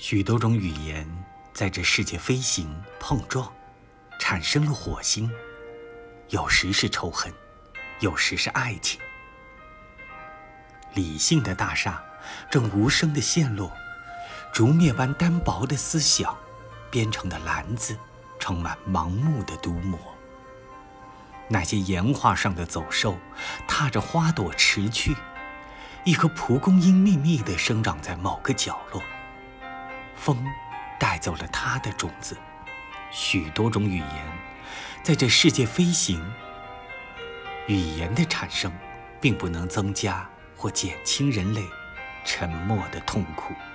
许多种语言在这世界飞行碰撞，产生了火星，有时是仇恨，有时是爱情。理性的大厦正无声地陷落，竹篾般单薄的思想编成的篮子盛满盲目的读墨。那些岩画上的走兽踏着花朵驰去，一颗蒲公英密密地生长在某个角落，风带走了它的种子。许多种语言在这世界飞行，语言的产生并不能增加或减轻人类沉默的痛苦。